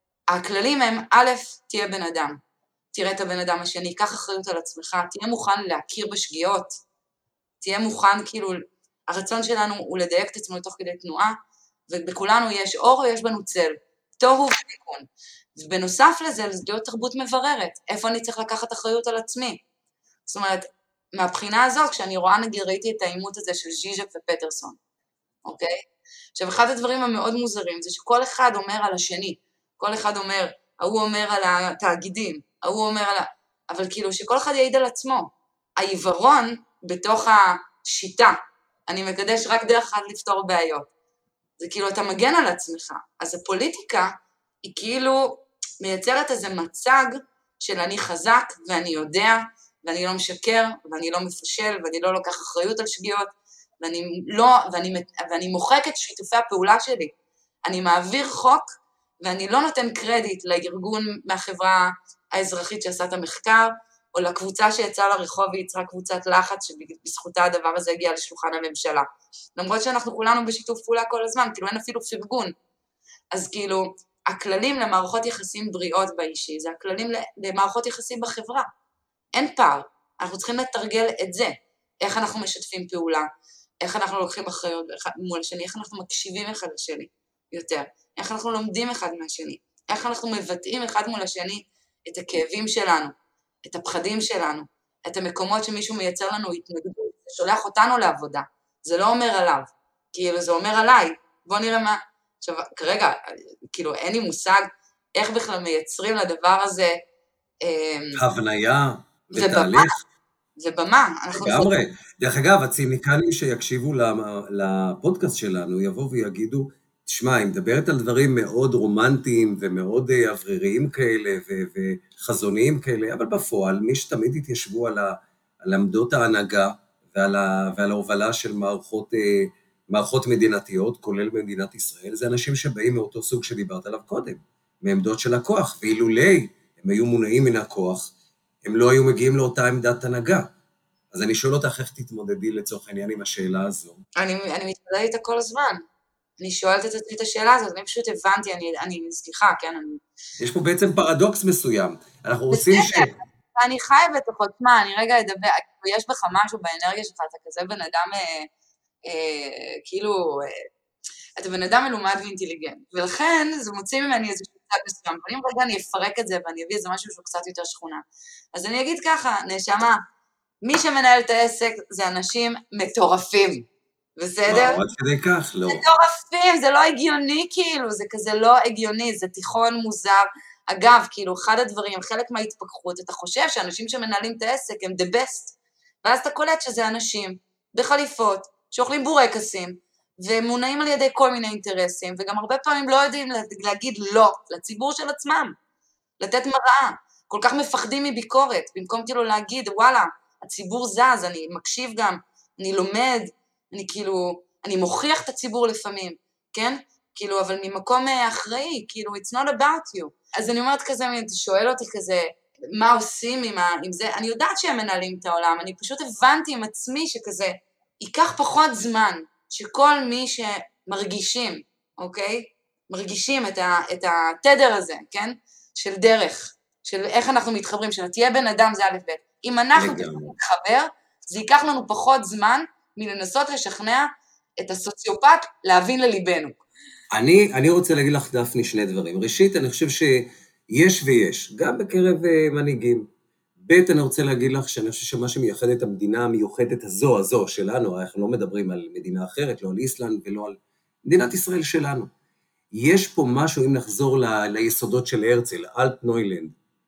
הכללים הם, א', תהיה בן אדם, תראה את הבן אדם השני, קח אחריות על עצמך, תהיה מוכן להכיר בשגיאות, תהיה מוכן, כאילו, הרצון שלנו הוא לדייק את עצמו תוך כדי תנועה, ובכולנו יש אור או יש בנו צל, תוהו ותיקון. ובנוסף לזה, להיות תרבות מבררת, איפה אני צריך לקחת אחריות על עצמי. זאת אומרת, מהבחינה הזאת, כשאני רואה, נגיד, ראיתי את האימות הזה של ז'יז'ק ופטרסון, אוקיי? עכשיו, אחד הדברים המאוד מוזרים, זה שכל אחד אומר על השני, כל אחד אומר, ההוא אומר על התאגידים, ההוא אומר על ה... אבל כאילו שכל אחד יעיד על עצמו. העיוורון בתוך השיטה, אני מקדש רק דרך אחת לפתור בעיות. זה כאילו אתה מגן על עצמך. אז הפוליטיקה היא כאילו מייצרת איזה מצג של אני חזק ואני יודע, ואני לא משקר, ואני לא מפשל, ואני לא לוקח אחריות על שגיאות, ואני, לא, ואני, ואני מוחק את שיתופי הפעולה שלי. אני מעביר חוק, ואני לא נותן קרדיט לארגון מהחברה האזרחית שעשה את המחקר, או לקבוצה שיצאה לרחוב ויצרה קבוצת לחץ, שבזכותה הדבר הזה הגיע לשולחן הממשלה. למרות שאנחנו כולנו בשיתוף פעולה כל הזמן, כאילו אין אפילו פרגון. אז כאילו, הכללים למערכות יחסים בריאות באישי, זה הכללים למערכות יחסים בחברה. אין פער, אנחנו צריכים לתרגל את זה. איך אנחנו משתפים פעולה, איך אנחנו לוקחים אחריות מול השני, איך אנחנו מקשיבים אחד לשני יותר, איך אנחנו לומדים אחד מהשני, איך אנחנו מבטאים אחד מול השני את הכאבים שלנו, את הפחדים שלנו, את המקומות שמישהו מייצר לנו התנגדות, שולח אותנו לעבודה, זה לא אומר עליו, כאילו זה אומר עליי, בוא נראה מה, עכשיו כרגע, כאילו אין לי מושג איך בכלל מייצרים לדבר הזה, הבניה ותהליך. זה במה. לגמרי. דרך אגב, הציניקנים שיקשיבו לפודקאסט שלנו, יבואו ויגידו, תשמע, היא מדברת על דברים מאוד רומנטיים ומאוד אווריריים כאלה וחזוניים כאלה, אבל בפועל, מי שתמיד התיישבו על עמדות ההנהגה ועל ההובלה של מערכות, מערכות מדינתיות, כולל במדינת ישראל, זה אנשים שבאים מאותו סוג שדיברת עליו קודם, מעמדות של הכוח, ואילולי הם היו מונעים מן הכוח, הם לא היו מגיעים לאותה עמדת הנהגה. אז אני שואל אותך איך תתמודדי לצורך העניין עם השאלה הזו. אני, אני מתמודדת איתה כל הזמן. אני שואלת את עצמי את השאלה הזאת, אני פשוט הבנתי, אני, אני סליחה, כן, אני... יש פה בעצם פרדוקס מסוים. אנחנו רוצים ש... אני חי בתוכו, תשמע, אני רגע אדבר, יש בך משהו באנרגיה שלך, אתה כזה בן אדם, אה, אה, כאילו, אה, אתה בן אדם מלומד ואינטליגנט, ולכן זה מוציא ממני איזה קצת מסוים, אבל אם רגע אני אפרק את זה ואני אביא איזה משהו שהוא קצת יותר שכונה. אז אני אגיד ככה, נשמה, מי שמנהל את העסק זה אנשים מטורפים, בסדר? מה, עד כדי כך? לא. מטורפים, זה לא הגיוני כאילו, זה כזה לא הגיוני, זה תיכון מוזר. אגב, כאילו, אחד הדברים, חלק מההתפכחות, אתה חושב שאנשים שמנהלים את העסק הם the best, ואז אתה קולט שזה אנשים בחליפות, שאוכלים בורקסים, ומונעים על ידי כל מיני אינטרסים, וגם הרבה פעמים לא יודעים להגיד לא לציבור של עצמם, לתת מראה, כל כך מפחדים מביקורת, במקום כאילו להגיד, וואלה, הציבור זז, אני מקשיב גם, אני לומד, אני כאילו, אני מוכיח את הציבור לפעמים, כן? כאילו, אבל ממקום אחראי, כאילו, it's not about you. אז אני אומרת כזה, אתה שואל אותי כזה, מה עושים עם, ה, עם זה? אני יודעת שהם מנהלים את העולם, אני פשוט הבנתי עם עצמי שכזה, ייקח פחות זמן, שכל מי שמרגישים, אוקיי? מרגישים את, ה, את התדר הזה, כן? של דרך, של איך אנחנו מתחברים, שתהיה בן אדם זה א' ב'. אם אנחנו נתחבר, זה ייקח לנו פחות זמן מלנסות לשכנע את הסוציופט להבין לליבנו. אני, אני רוצה להגיד לך, דפני, שני דברים. ראשית, אני חושב שיש ויש, גם בקרב מנהיגים. ב', אני רוצה להגיד לך שאני חושב שמה שמייחד את המדינה המיוחדת הזו, הזו שלנו, אנחנו לא מדברים על מדינה אחרת, לא על איסלנד ולא על מדינת ישראל שלנו. יש פה משהו, אם נחזור ל, ליסודות של הרצל, אלטנוילנד,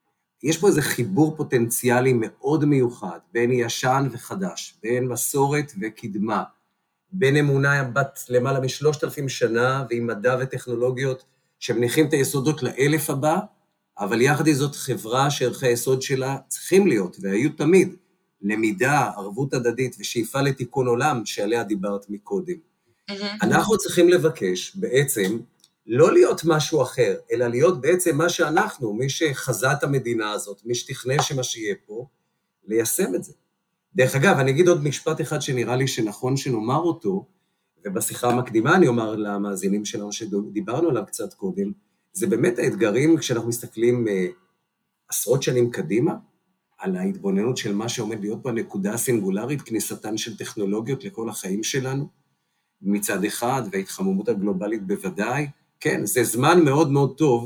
יש פה איזה חיבור פוטנציאלי מאוד מיוחד, בין ישן וחדש, בין מסורת וקדמה, בין אמונה בת למעלה משלושת אלפים שנה, ועם מדע וטכנולוגיות שמניחים את היסודות לאלף הבא, אבל יחד עם זאת חברה שערכי היסוד שלה צריכים להיות, והיו תמיד, למידה, ערבות הדדית ושאיפה לתיקון עולם, שעליה דיברת מקודם. Mm-hmm. אנחנו צריכים לבקש בעצם לא להיות משהו אחר, אלא להיות בעצם מה שאנחנו, מי שחזה את המדינה הזאת, מי שתכנן שמה שיהיה פה, ליישם את זה. דרך אגב, אני אגיד עוד משפט אחד שנראה לי שנכון שנאמר אותו, ובשיחה המקדימה אני אומר למאזינים שלנו שדיברנו עליו קצת קודם, זה באמת האתגרים כשאנחנו מסתכלים אה, עשרות שנים קדימה, על ההתבוננות של מה שעומד להיות פה הנקודה הסינגולרית, כניסתן של טכנולוגיות לכל החיים שלנו, מצד אחד, וההתחממות הגלובלית בוודאי, כן, זה זמן מאוד מאוד טוב,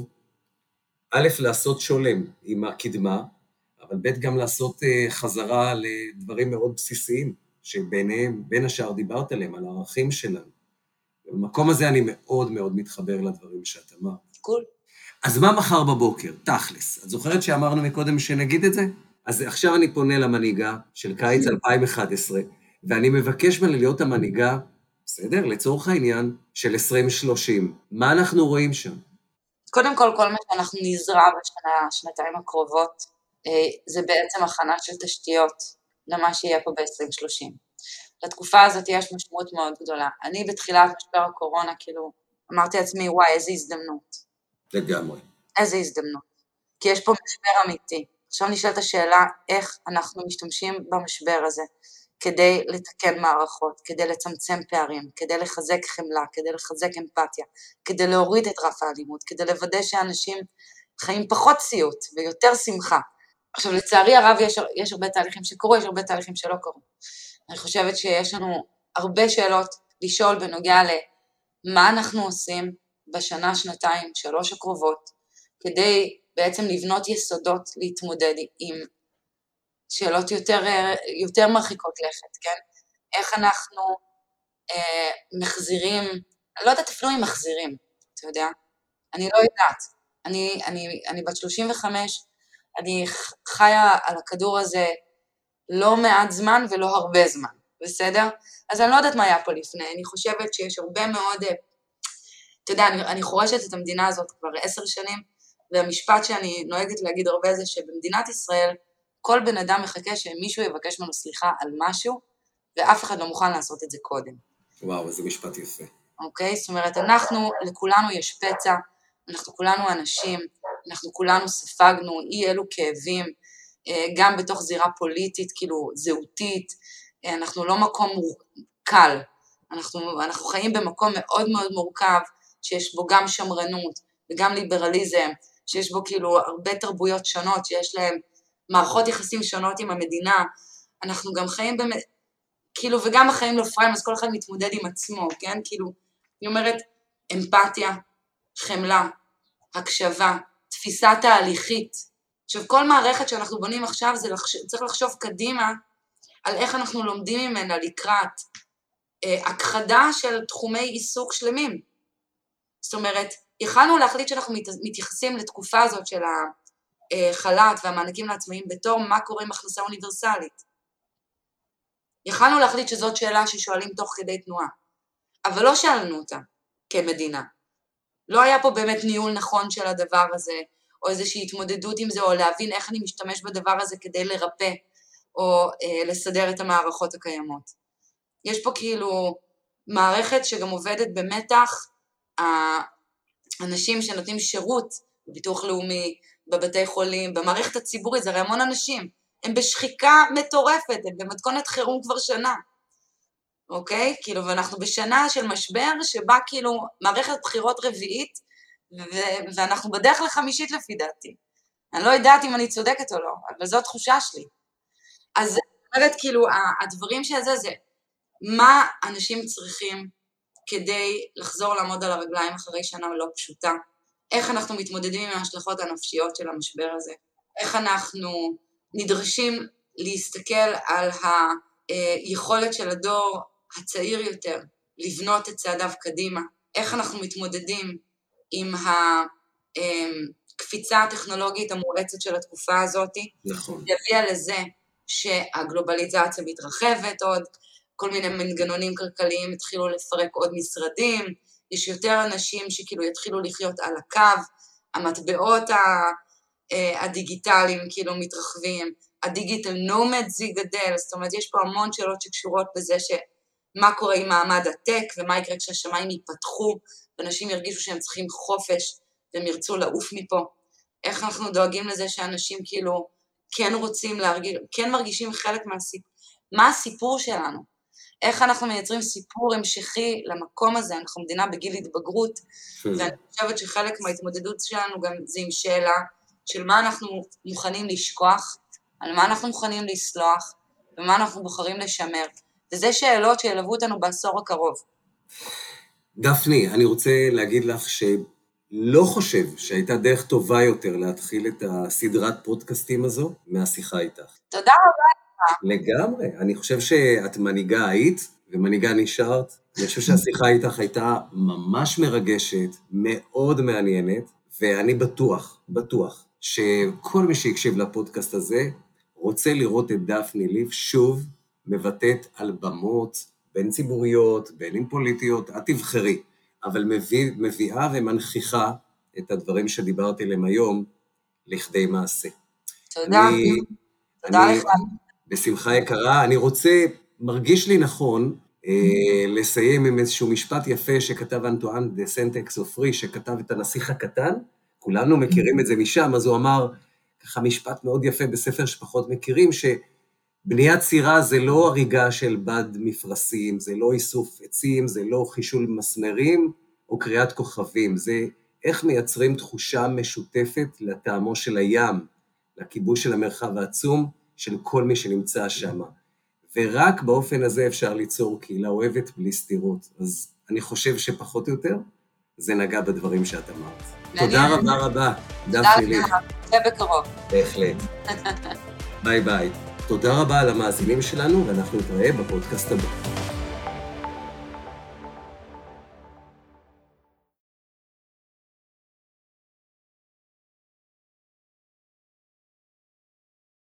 א', לעשות שולם עם הקדמה, אבל ב', גם לעשות uh, חזרה לדברים מאוד בסיסיים, שביניהם, בין השאר דיברת עליהם, על הערכים שלנו. במקום הזה אני מאוד מאוד מתחבר לדברים שאת אמרת. קול. אז מה מחר בבוקר? תכלס. את זוכרת שאמרנו מקודם שנגיד את זה? אז עכשיו אני פונה למנהיגה של קיץ אלפיים ואחת עשרה, ואני מבקש ממנה להיות המנהיגה, בסדר, לצורך העניין, של עשרים שלושים. מה אנחנו רואים שם? קודם כל, כל מה שאנחנו נזרע בשנה, שנתיים הקרובות, זה בעצם הכנה של תשתיות למה שיהיה פה ב-עשרים שלושים. לתקופה הזאת יש משמעות מאוד גדולה. אני בתחילת משבר הקורונה, כאילו, אמרתי לעצמי, וואי, איזו הזדמנות. לגמרי. איזו הזדמנות. כי יש פה משבר אמיתי. עכשיו נשאלת השאלה, איך אנחנו משתמשים במשבר הזה, כדי לתקן מערכות, כדי לצמצם פערים, כדי לחזק חמלה, כדי לחזק אמפתיה, כדי להוריד את רף האלימות, כדי לוודא שאנשים חיים פחות סיוט ויותר שמחה. עכשיו, לצערי הרב, יש, יש הרבה תהליכים שקורו, יש הרבה תהליכים שלא קורו. אני חושבת שיש לנו הרבה שאלות לשאול בנוגע למה אנחנו עושים בשנה, שנתיים, שלוש הקרובות, כדי בעצם לבנות יסודות להתמודד עם שאלות יותר, יותר מרחיקות לכת, כן? איך אנחנו אה, מחזירים, אני לא יודעת אפילו אם מחזירים, אתה יודע? אני לא יודעת. אני, אני, אני בת שלושים וחמש, אני חיה על הכדור הזה לא מעט זמן ולא הרבה זמן, בסדר? אז אני לא יודעת מה היה פה לפני, אני חושבת שיש הרבה מאוד, אתה יודע, אני, אני חורשת את המדינה הזאת כבר עשר שנים, והמשפט שאני נוהגת להגיד הרבה זה שבמדינת ישראל, כל בן אדם מחכה שמישהו יבקש ממנו סליחה על משהו, ואף אחד לא מוכן לעשות את זה קודם. וואו, איזה משפט יפה. אוקיי? זאת אומרת, אנחנו, לכולנו יש פצע, אנחנו כולנו אנשים, אנחנו כולנו ספגנו אי אלו כאבים, גם בתוך זירה פוליטית, כאילו זהותית, אנחנו לא מקום קל, אנחנו, אנחנו חיים במקום מאוד מאוד מורכב, שיש בו גם שמרנות וגם ליברליזם, שיש בו כאילו הרבה תרבויות שונות, שיש להם מערכות יחסים שונות עם המדינה, אנחנו גם חיים באמת, כאילו, וגם החיים לא פריים, אז כל אחד מתמודד עם עצמו, כן? כאילו, אני אומרת, אמפתיה, חמלה, הקשבה, תפיסה תהליכית. עכשיו, כל מערכת שאנחנו בונים עכשיו, זה לחש... צריך לחשוב קדימה, על איך אנחנו לומדים ממנה לקראת אה, הכחדה של תחומי עיסוק שלמים. זאת אומרת, יכלנו להחליט שאנחנו מת... מתייחסים לתקופה הזאת של החל"ת והמענקים לעצמאים בתור מה קורה עם הכנסה אוניברסלית. יכלנו להחליט שזאת שאלה ששואלים תוך כדי תנועה, אבל לא שאלנו אותה כמדינה. לא היה פה באמת ניהול נכון של הדבר הזה, או איזושהי התמודדות עם זה, או להבין איך אני משתמש בדבר הזה כדי לרפא, או אה, לסדר את המערכות הקיימות. יש פה כאילו מערכת שגם עובדת במתח, האנשים שנותנים שירות, בביטוח לאומי, בבתי חולים, במערכת הציבורית, זה הרי המון אנשים, הם בשחיקה מטורפת, הם במתכונת חירום כבר שנה, אוקיי? כאילו, ואנחנו בשנה של משבר שבה כאילו מערכת בחירות רביעית, ו- ואנחנו בדרך לחמישית לפי דעתי. אני לא יודעת אם אני צודקת או לא, אבל זו תחושה שלי. אז זאת אומרת, כאילו, הדברים שזה זה, מה אנשים צריכים כדי לחזור לעמוד על הרגליים אחרי שנה לא פשוטה? איך אנחנו מתמודדים עם ההשלכות הנפשיות של המשבר הזה? איך אנחנו נדרשים להסתכל על היכולת של הדור הצעיר יותר, לבנות את צעדיו קדימה? איך אנחנו מתמודדים עם הקפיצה הטכנולוגית המואצת של התקופה הזאת? נכון. יביאה לזה שהגלובליזציה מתרחבת עוד, כל מיני מנגנונים כלכליים התחילו לפרק עוד משרדים, יש יותר אנשים שכאילו יתחילו לחיות על הקו, המטבעות הדיגיטליים כאילו מתרחבים, הדיגיטל נומדס יגדל, זאת אומרת יש פה המון שאלות שקשורות בזה שמה קורה עם מעמד הטק, ומה יקרה כשהשמיים ייפתחו, ואנשים ירגישו שהם צריכים חופש, והם ירצו לעוף מפה. איך אנחנו דואגים לזה שאנשים כאילו כן רוצים להרגיש, כן מרגישים חלק מהסיפור, מה הסיפור שלנו? איך אנחנו מייצרים סיפור המשכי למקום הזה? אנחנו מדינה בגיל התבגרות, ואני חושבת שחלק מההתמודדות שלנו גם זה עם שאלה של מה אנחנו מוכנים לשכוח, על מה אנחנו מוכנים לסלוח, ומה אנחנו בוחרים לשמר. וזה שאלות שילוו אותנו בעשור הקרוב. דפני, אני רוצה להגיד לך שלא חושב שהייתה דרך טובה יותר להתחיל את הסדרת פודקאסטים הזו מהשיחה איתך. תודה רבה. לגמרי, אני חושב שאת מנהיגה היית ומנהיגה נשארת. אני חושב שהשיחה איתך הייתה ממש מרגשת, מאוד מעניינת, ואני בטוח, בטוח, שכל מי שיקשיב לפודקאסט הזה רוצה לראות את דפני ליף שוב מבטאת על במות, בין ציבוריות, בין עם פוליטיות, את תבחרי, אבל מביא, מביאה ומנכיחה את הדברים שדיברתי עליהם היום לכדי מעשה. תודה. אני, תודה אני, לך. בשמחה יקרה, אני רוצה, מרגיש לי נכון, אה, לסיים עם איזשהו משפט יפה שכתב אנטואן דה סנט-אקסופרי, שכתב את הנסיך הקטן, כולנו מכירים את זה משם, אז הוא אמר, ככה משפט מאוד יפה בספר שפחות מכירים, שבניית סירה זה לא הריגה של בד מפרסים, זה לא איסוף עצים, זה לא חישול מסמרים או קריאת כוכבים, זה איך מייצרים תחושה משותפת לטעמו של הים, לכיבוש של המרחב העצום של כל מי שנמצא שם. ורק באופן הזה אפשר ליצור קהילה אוהבת בלי סתירות. אז אני חושב שפחות או יותר, זה נגע בדברים שאת אמרת. תודה רבה רבה, דפני ליף. זה בקרוב. בהחלט. ביי ביי. תודה רבה על המאזינים שלנו, ואנחנו נתראה בפודקאסט הבא.